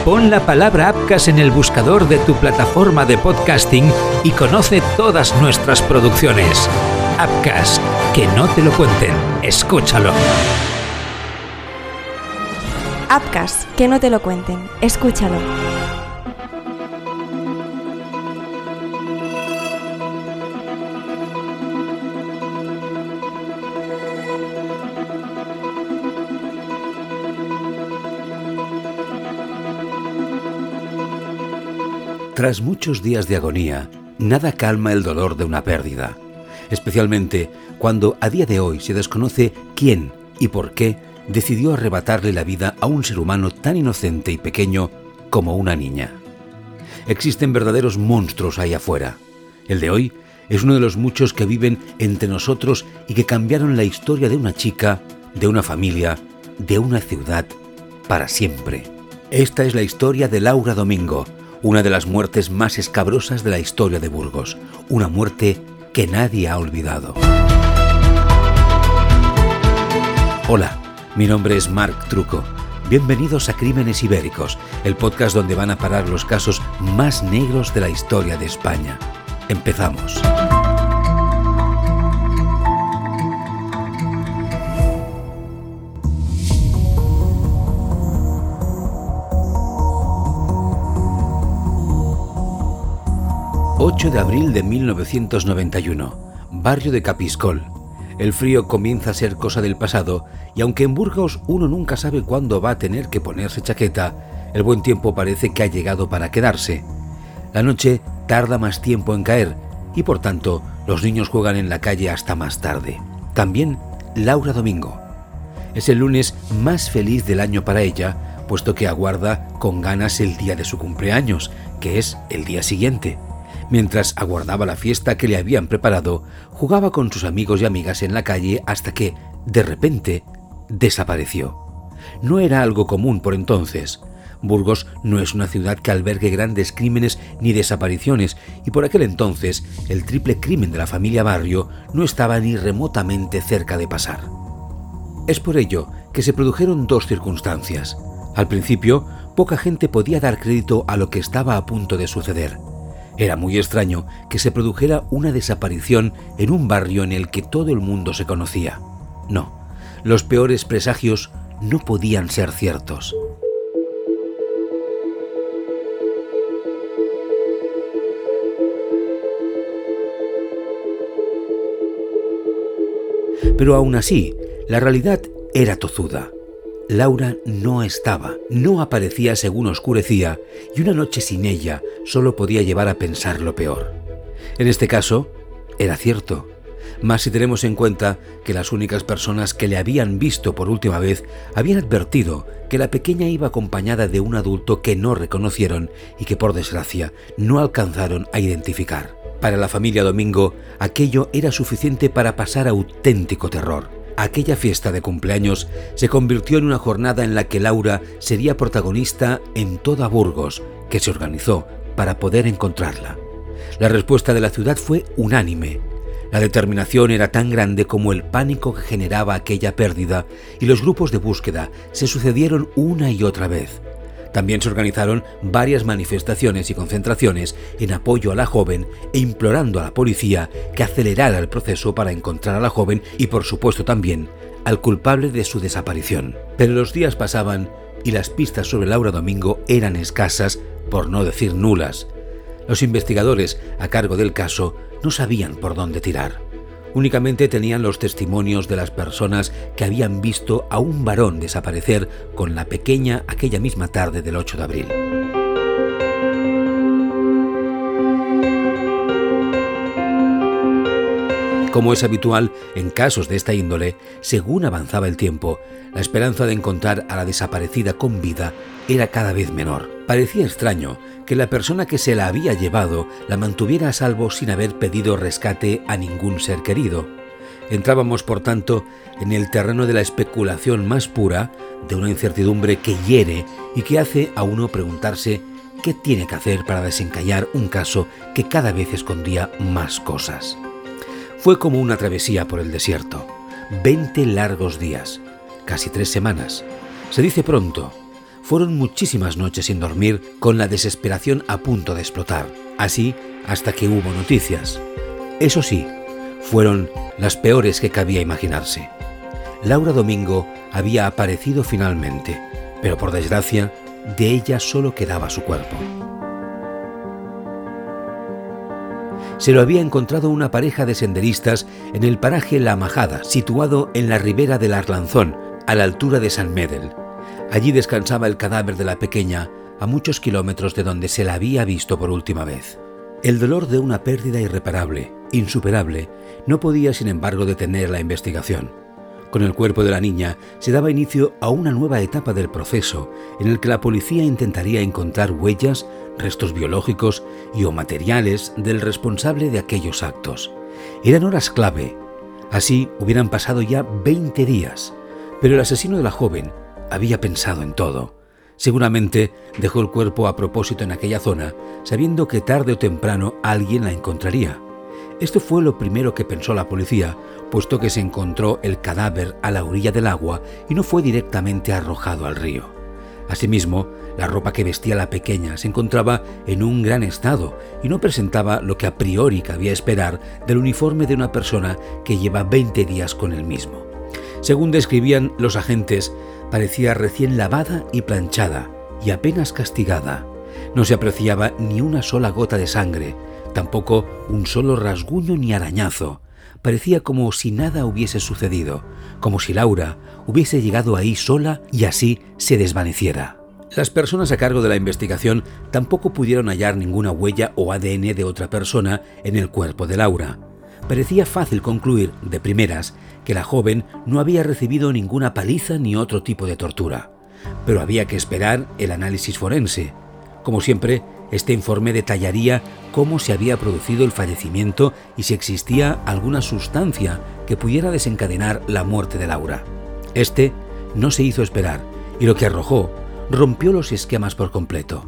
Pon la palabra Appcast en el buscador de tu plataforma de podcasting y conoce todas nuestras producciones. Appcast, que no te lo cuenten, escúchalo. Appcast, que no te lo cuenten, escúchalo. Tras muchos días de agonía, nada calma el dolor de una pérdida, especialmente cuando a día de hoy se desconoce quién y por qué decidió arrebatarle la vida a un ser humano tan inocente y pequeño como una niña. Existen verdaderos monstruos ahí afuera. El de hoy es uno de los muchos que viven entre nosotros y que cambiaron la historia de una chica, de una familia, de una ciudad, para siempre. Esta es la historia de Laura Domingo, una de las muertes más escabrosas de la historia de Burgos, una muerte que nadie ha olvidado. Hola, mi nombre es Marc Truco. Bienvenidos a Crímenes Ibéricos, el podcast donde van a parar los casos más negros de la historia de España. Empezamos. ...8 de abril de 1991, barrio de Capiscol. El frío comienza a ser cosa del pasado y aunque en Burgos uno nunca sabe cuándo va a tener que ponerse chaqueta, el buen tiempo parece que ha llegado para quedarse. La noche tarda más tiempo en caer y por tanto los niños juegan en la calle hasta más tarde. También Laura Domingo. Es el lunes más feliz del año para ella, puesto que aguarda con ganas el día de su cumpleaños, que es el día siguiente. Mientras aguardaba la fiesta que le habían preparado, jugaba con sus amigos y amigas en la calle hasta que, de repente, desapareció. No era algo común por entonces. Burgos no es una ciudad que albergue grandes crímenes ni desapariciones y por aquel entonces el triple crimen de la familia Barrio no estaba ni remotamente cerca de pasar. Es por ello que se produjeron dos circunstancias. Al principio, poca gente podía dar crédito a lo que estaba a punto de suceder. Era muy extraño que se produjera una desaparición en un barrio en el que todo el mundo se conocía. No, los peores presagios no podían ser ciertos. Pero aún así, la realidad era tozuda. Laura no estaba, no aparecía según oscurecía, y una noche sin ella solo podía llevar a pensar lo peor. En este caso, era cierto, más si tenemos en cuenta que las únicas personas que le habían visto por última vez habían advertido que la pequeña iba acompañada de un adulto que no reconocieron y que por desgracia no alcanzaron a identificar. Para la familia Domingo, aquello era suficiente para pasar auténtico terror. Aquella fiesta de cumpleaños se convirtió en una jornada en la que Laura sería protagonista en toda Burgos, que se organizó para poder encontrarla. La respuesta de la ciudad fue unánime. La determinación era tan grande como el pánico que generaba aquella pérdida y los grupos de búsqueda se sucedieron una y otra vez. También se organizaron varias manifestaciones y concentraciones en apoyo a la joven e implorando a la policía que acelerara el proceso para encontrar a la joven y, por supuesto, también al culpable de su desaparición. Pero los días pasaban y las pistas sobre Laura Domingo eran escasas, por no decir nulas. Los investigadores a cargo del caso no sabían por dónde tirar. Únicamente tenían los testimonios de las personas que habían visto a un varón desaparecer con la pequeña aquella misma tarde del 8 de abril. Como es habitual en casos de esta índole, según avanzaba el tiempo, la esperanza de encontrar a la desaparecida con vida era cada vez menor. Parecía extraño que la persona que se la había llevado la mantuviera a salvo sin haber pedido rescate a ningún ser querido. Entrábamos, por tanto, en el terreno de la especulación más pura, de una incertidumbre que hiere y que hace a uno preguntarse qué tiene que hacer para desencallar un caso que cada vez escondía más cosas. Fue como una travesía por el desierto. 20 largos días, casi 3 semanas. Se dice pronto. Fueron muchísimas noches sin dormir, con la desesperación a punto de explotar. Así hasta que hubo noticias. Eso sí, fueron las peores que cabía imaginarse. Laura Domingo había aparecido finalmente, pero por desgracia, de ella solo quedaba su cuerpo. Se lo había encontrado una pareja de senderistas en el paraje La Majada, situado en la ribera del Arlanzón, a la altura de San Medel. Allí descansaba el cadáver de la pequeña, a muchos kilómetros de donde se la había visto por última vez. El dolor de una pérdida irreparable, insuperable, no podía sin embargo detener la investigación. Con el cuerpo de la niña se daba inicio a una nueva etapa del proceso en el que la policía intentaría encontrar huellas, restos biológicos y o materiales del responsable de aquellos actos. Eran horas clave. Así hubieran pasado ya 20 días, pero el asesino de la joven había pensado en todo. Seguramente dejó el cuerpo a propósito en aquella zona, sabiendo que tarde o temprano alguien la encontraría. Esto fue lo primero que pensó la policía, puesto que se encontró el cadáver a la orilla del agua y no fue directamente arrojado al río. Asimismo, la ropa que vestía la pequeña se encontraba en un gran estado y no presentaba lo que a priori cabía esperar del uniforme de una persona que lleva 20 días con el mismo. Según describían los agentes, parecía recién lavada y planchada y apenas castigada. No se apreciaba ni una sola gota de sangre, tampoco un solo rasguño ni arañazo. Parecía como si nada hubiese sucedido, como si Laura hubiese llegado ahí sola y así se desvaneciera. Las personas a cargo de la investigación tampoco pudieron hallar ninguna huella o ADN de otra persona en el cuerpo de Laura. Parecía fácil concluir, de primeras, que la joven no había recibido ninguna paliza ni otro tipo de tortura. Pero había que esperar el análisis forense. Como siempre, este informe detallaría cómo se había producido el fallecimiento y si existía alguna sustancia que pudiera desencadenar la muerte de Laura. Este no se hizo esperar y lo que arrojó rompió los esquemas por completo.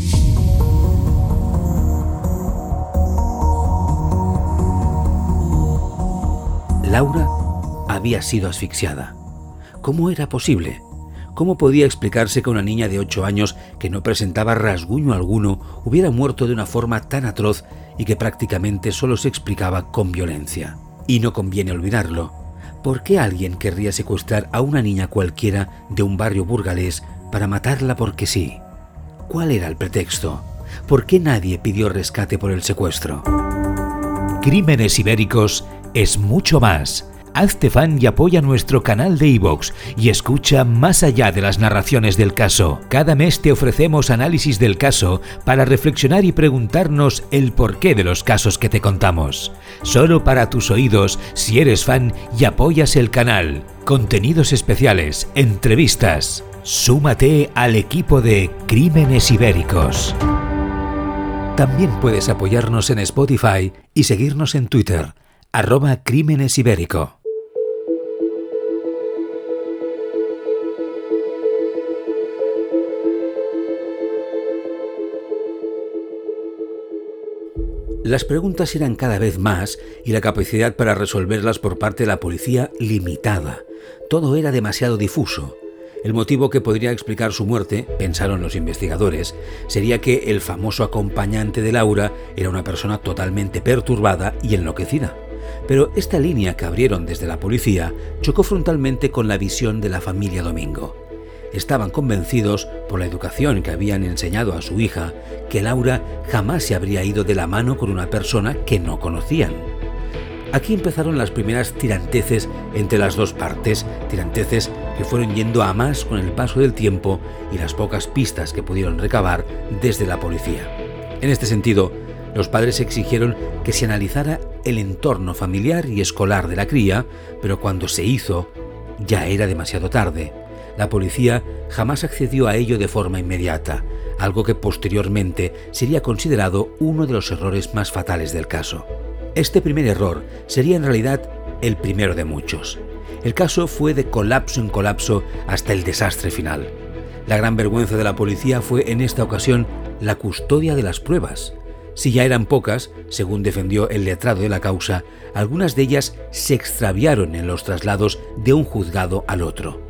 Laura había sido asfixiada. ¿Cómo era posible? ¿Cómo podía explicarse que una niña de 8 años que no presentaba rasguño alguno hubiera muerto de una forma tan atroz y que prácticamente solo se explicaba con violencia? Y no conviene olvidarlo. ¿Por qué alguien querría secuestrar a una niña cualquiera de un barrio burgalés para matarla porque sí? ¿Cuál era el pretexto? ¿Por qué nadie pidió rescate por el secuestro? Crímenes Ibéricos es mucho más. Hazte fan y apoya nuestro canal de iVoox y escucha más allá de las narraciones del caso. Cada mes te ofrecemos análisis del caso para reflexionar y preguntarnos el porqué de los casos que te contamos. Solo para tus oídos si eres fan y apoyas el canal. Contenidos especiales, entrevistas. Súmate al equipo de Crímenes Ibéricos. También puedes apoyarnos en Spotify y seguirnos en Twitter, @CrímenesIbérico. Las preguntas eran cada vez más y la capacidad para resolverlas por parte de la policía limitada. Todo era demasiado difuso. El motivo que podría explicar su muerte, pensaron los investigadores, sería que el famoso acompañante de Laura era una persona totalmente perturbada y enloquecida. Pero esta línea que abrieron desde la policía chocó frontalmente con la visión de la familia Domingo. Estaban convencidos, por la educación que habían enseñado a su hija, que Laura jamás se habría ido de la mano con una persona que no conocían. Aquí empezaron las primeras tiranteces entre las dos partes, tiranteces que fueron yendo a más con el paso del tiempo y las pocas pistas que pudieron recabar desde la policía. En este sentido, los padres exigieron que se analizara el entorno familiar y escolar de la cría, pero cuando se hizo, ya era demasiado tarde. La policía jamás accedió a ello de forma inmediata, algo que posteriormente sería considerado uno de los errores más fatales del caso. Este primer error sería en realidad el primero de muchos. El caso fue de colapso en colapso hasta el desastre final. La gran vergüenza de la policía fue en esta ocasión la custodia de las pruebas. Si ya eran pocas, según defendió el letrado de la causa, algunas de ellas se extraviaron en los traslados de un juzgado al otro.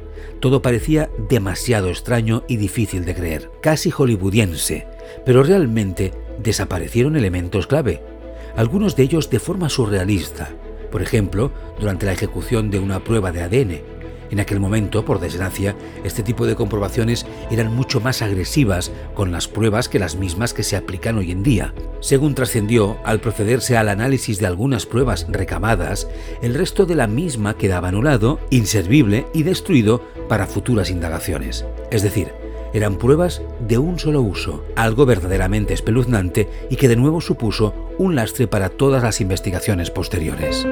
Todo parecía demasiado extraño y difícil de creer, casi hollywoodiense, pero realmente desaparecieron elementos clave, algunos de ellos de forma surrealista. Por ejemplo, durante la ejecución de una prueba de ADN. En aquel momento, por desgracia, este tipo de comprobaciones eran mucho más agresivas con las pruebas que las mismas que se aplican hoy en día. Según trascendió, al procederse al análisis de algunas pruebas recabadas, el resto de la misma quedaba anulado, inservible y destruido para futuras indagaciones. Es decir, eran pruebas de un solo uso, algo verdaderamente espeluznante y que de nuevo supuso un lastre para todas las investigaciones posteriores.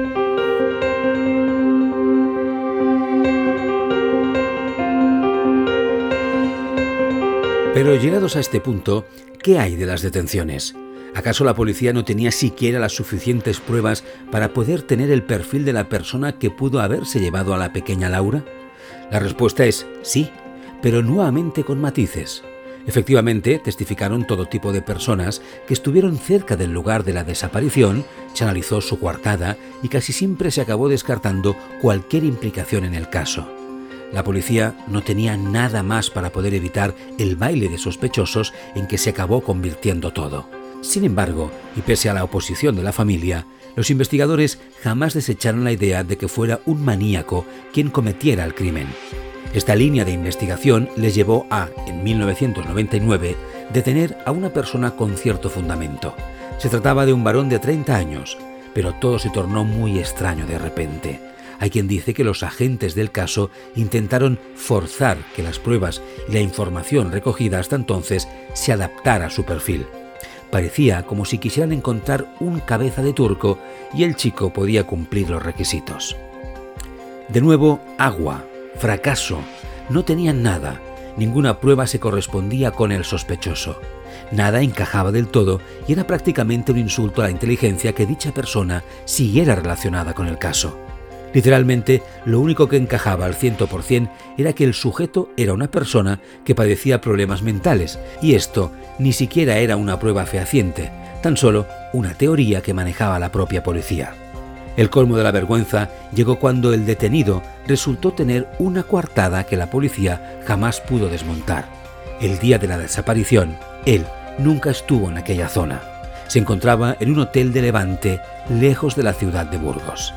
Pero llegados a este punto, ¿qué hay de las detenciones? ¿Acaso la policía no tenía siquiera las suficientes pruebas para poder tener el perfil de la persona que pudo haberse llevado a la pequeña Laura? La respuesta es sí, pero nuevamente con matices. Efectivamente, testificaron todo tipo de personas que estuvieron cerca del lugar de la desaparición, se analizó su coartada y casi siempre se acabó descartando cualquier implicación en el caso. La policía no tenía nada más para poder evitar el baile de sospechosos en que se acabó convirtiendo todo. Sin embargo, y pese a la oposición de la familia, los investigadores jamás desecharon la idea de que fuera un maníaco quien cometiera el crimen. Esta línea de investigación les llevó a, en 1999, detener a una persona con cierto fundamento. Se trataba de un varón de 30 años, pero todo se tornó muy extraño de repente. Hay quien dice que los agentes del caso intentaron forzar que las pruebas y la información recogida hasta entonces se adaptara a su perfil. Parecía como si quisieran encontrar un cabeza de turco y el chico podía cumplir los requisitos. De nuevo, agua, fracaso. No tenían nada. Ninguna prueba se correspondía con el sospechoso. Nada encajaba del todo y era prácticamente un insulto a la inteligencia que dicha persona siguiera relacionada con el caso. Literalmente, lo único que encajaba al 100% era que el sujeto era una persona que padecía problemas mentales, y esto ni siquiera era una prueba fehaciente, tan solo una teoría que manejaba la propia policía. El colmo de la vergüenza llegó cuando el detenido resultó tener una coartada que la policía jamás pudo desmontar. El día de la desaparición, él nunca estuvo en aquella zona. Se encontraba en un hotel de Levante, lejos de la ciudad de Burgos.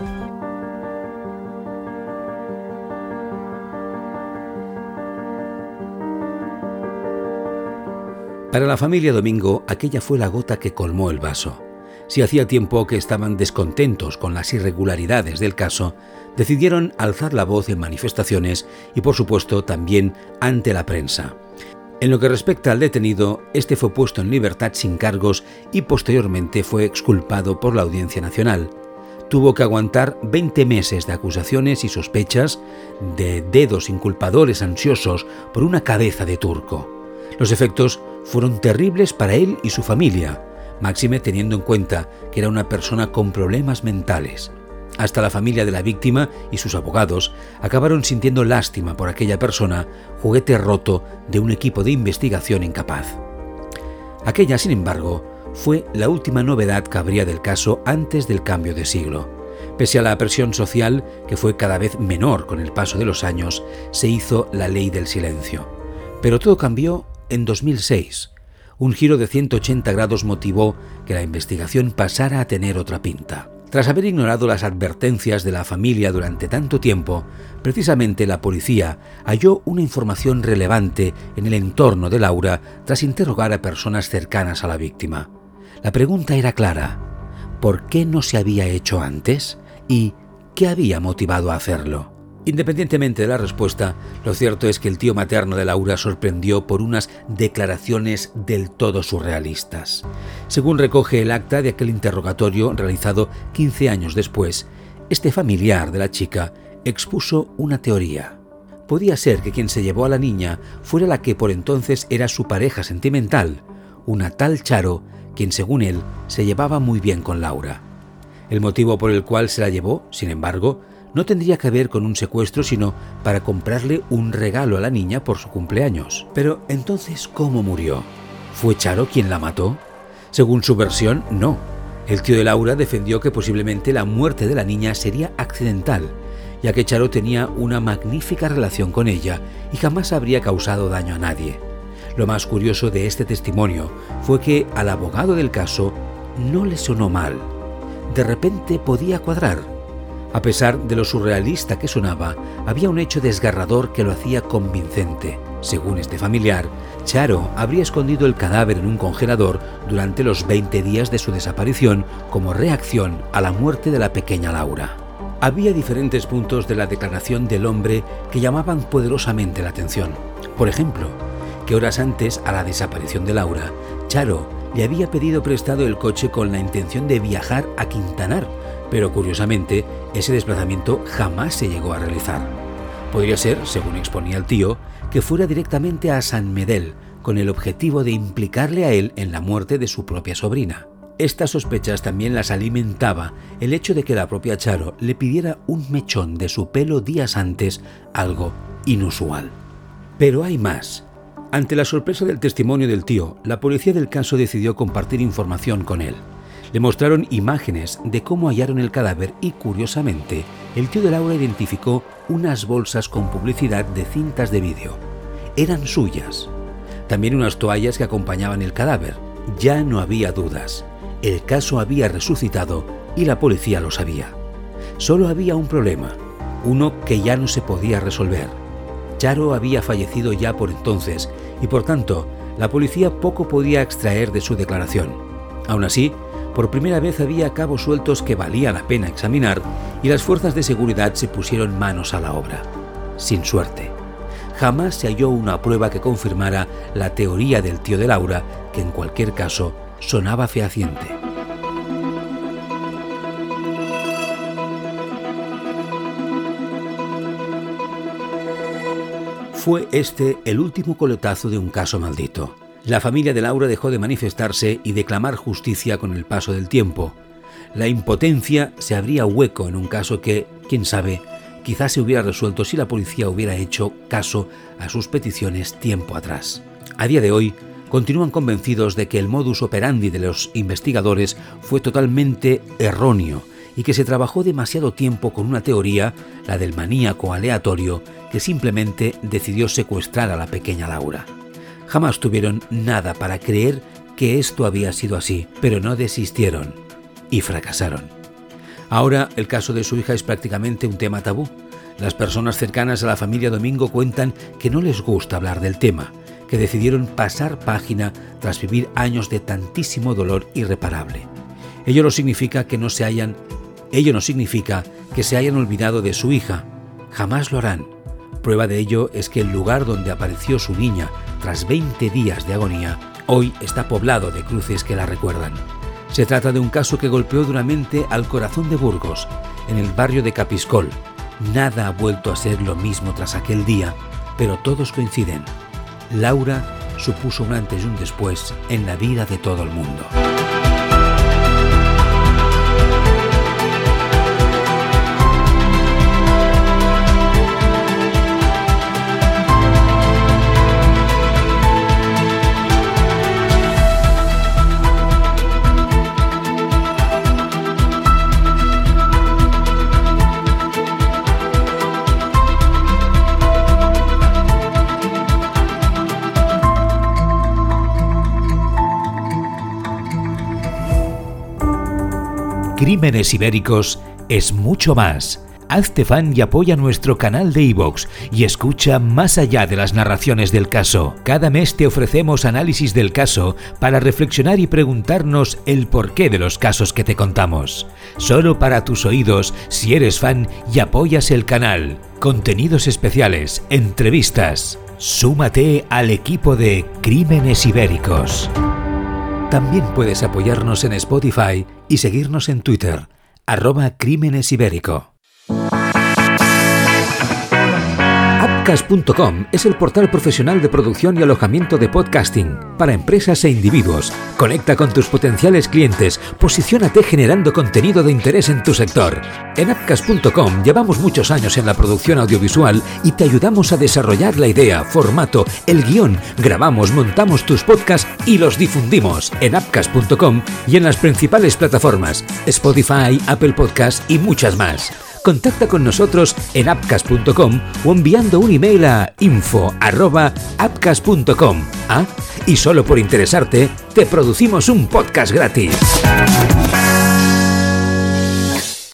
Para la familia Domingo, aquella fue la gota que colmó el vaso. Si hacía tiempo que estaban descontentos con las irregularidades del caso, decidieron alzar la voz en manifestaciones y, por supuesto, también ante la prensa. En lo que respecta al detenido, este fue puesto en libertad sin cargos y posteriormente fue exculpado por la Audiencia Nacional. Tuvo que aguantar 20 meses de acusaciones y sospechas, de dedos inculpadores ansiosos por una cabeza de turco. Los efectos fueron terribles para él y su familia, máxime teniendo en cuenta que era una persona con problemas mentales. Hasta la familia de la víctima y sus abogados acabaron sintiendo lástima por aquella persona, juguete roto de un equipo de investigación incapaz. Aquella, sin embargo, fue la última novedad que habría del caso antes del cambio de siglo. Pese a la presión social, que fue cada vez menor con el paso de los años, se hizo la ley del silencio. Pero todo cambió en 2006. Un giro de 180 grados motivó que la investigación pasara a tener otra pinta. Tras haber ignorado las advertencias de la familia durante tanto tiempo, precisamente la policía halló una información relevante en el entorno de Laura tras interrogar a personas cercanas a la víctima. La pregunta era clara: ¿por qué no se había hecho antes? ¿Y qué había motivado a hacerlo? Independientemente de la respuesta, lo cierto es que el tío materno de Laura sorprendió por unas declaraciones del todo surrealistas. Según recoge el acta de aquel interrogatorio realizado 15 años después, este familiar de la chica expuso una teoría. Podía ser que quien se llevó a la niña fuera la que por entonces era su pareja sentimental, una tal Charo, quien según él se llevaba muy bien con Laura. El motivo por el cual se la llevó, sin embargo, no tendría que ver con un secuestro, sino para comprarle un regalo a la niña por su cumpleaños. Pero entonces, ¿cómo murió? ¿Fue Charo quien la mató? Según su versión, no. El tío de Laura defendió que posiblemente la muerte de la niña sería accidental, ya que Charo tenía una magnífica relación con ella y jamás habría causado daño a nadie. Lo más curioso de este testimonio fue que al abogado del caso no le sonó mal. De repente podía cuadrar. A pesar de lo surrealista que sonaba, había un hecho desgarrador que lo hacía convincente. Según este familiar, Charo habría escondido el cadáver en un congelador durante los 20 días de su desaparición como reacción a la muerte de la pequeña Laura. Había diferentes puntos de la declaración del hombre que llamaban poderosamente la atención. Por ejemplo, que horas antes a la desaparición de Laura, Charo le había pedido prestado el coche con la intención de viajar a Quintanar, pero curiosamente ese desplazamiento jamás se llegó a realizar. Podría ser, según exponía el tío, que fuera directamente a San Medel con el objetivo de implicarle a él en la muerte de su propia sobrina. Estas sospechas también las alimentaba el hecho de que la propia Charo le pidiera un mechón de su pelo días antes, algo inusual. Pero hay más. Ante la sorpresa del testimonio del tío, la policía del caso decidió compartir información con él. Le mostraron imágenes de cómo hallaron el cadáver y, curiosamente, el tío de Laura identificó unas bolsas con publicidad de cintas de vídeo. Eran suyas. También unas toallas que acompañaban el cadáver. Ya no había dudas. El caso había resucitado y la policía lo sabía. Solo había un problema, uno que ya no se podía resolver. Charo había fallecido ya por entonces y, por tanto, la policía poco podía extraer de su declaración. Aún así, por primera vez había cabos sueltos que valía la pena examinar y las fuerzas de seguridad se pusieron manos a la obra. Sin suerte. Jamás se halló una prueba que confirmara la teoría del tío de Laura, que en cualquier caso sonaba fehaciente. Fue este el último coletazo de un caso maldito. La familia de Laura dejó de manifestarse y de clamar justicia con el paso del tiempo. La impotencia se abría hueco en un caso que, quién sabe, quizás se hubiera resuelto si la policía hubiera hecho caso a sus peticiones tiempo atrás. A día de hoy, continúan convencidos de que el modus operandi de los investigadores fue totalmente erróneo y que se trabajó demasiado tiempo con una teoría, la del maníaco aleatorio, que simplemente decidió secuestrar a la pequeña Laura. Jamás tuvieron nada para creer que esto había sido así, pero no desistieron y fracasaron. Ahora el caso de su hija es prácticamente un tema tabú. Las personas cercanas a la familia Domingo cuentan que no les gusta hablar del tema, que decidieron pasar página tras vivir años de tantísimo dolor irreparable. Ello no significa que se hayan olvidado de su hija. Jamás lo harán. Prueba de ello es que el lugar donde apareció su niña tras 20 días de agonía hoy está poblado de cruces que la recuerdan. Se trata de un caso que golpeó duramente al corazón de Burgos, en el barrio de Capiscol. Nada ha vuelto a ser lo mismo tras aquel día, pero todos coinciden. Laura supuso un antes y un después en la vida de todo el mundo. Crímenes Ibéricos es mucho más. Hazte fan y apoya nuestro canal de iVoox y escucha más allá de las narraciones del caso. Cada mes te ofrecemos análisis del caso para reflexionar y preguntarnos el porqué de los casos que te contamos. Solo para tus oídos si eres fan y apoyas el canal. Contenidos especiales, entrevistas. Súmate al equipo de Crímenes Ibéricos. También puedes apoyarnos en Spotify y seguirnos en Twitter, @CrímenesIbérico. Appcast.com es el portal profesional de producción y alojamiento de podcasting para empresas e individuos. Conecta con tus potenciales clientes, posiciónate generando contenido de interés en tu sector. En Appcast.com llevamos muchos años en la producción audiovisual y te ayudamos a desarrollar la idea, formato, el guión, grabamos, montamos tus podcasts y los difundimos en Appcast.com y en las principales plataformas, Spotify, Apple Podcasts y muchas más. Contacta con nosotros en apcas.com o enviando un email a info@apcas.com. Y solo por interesarte, te producimos un podcast gratis.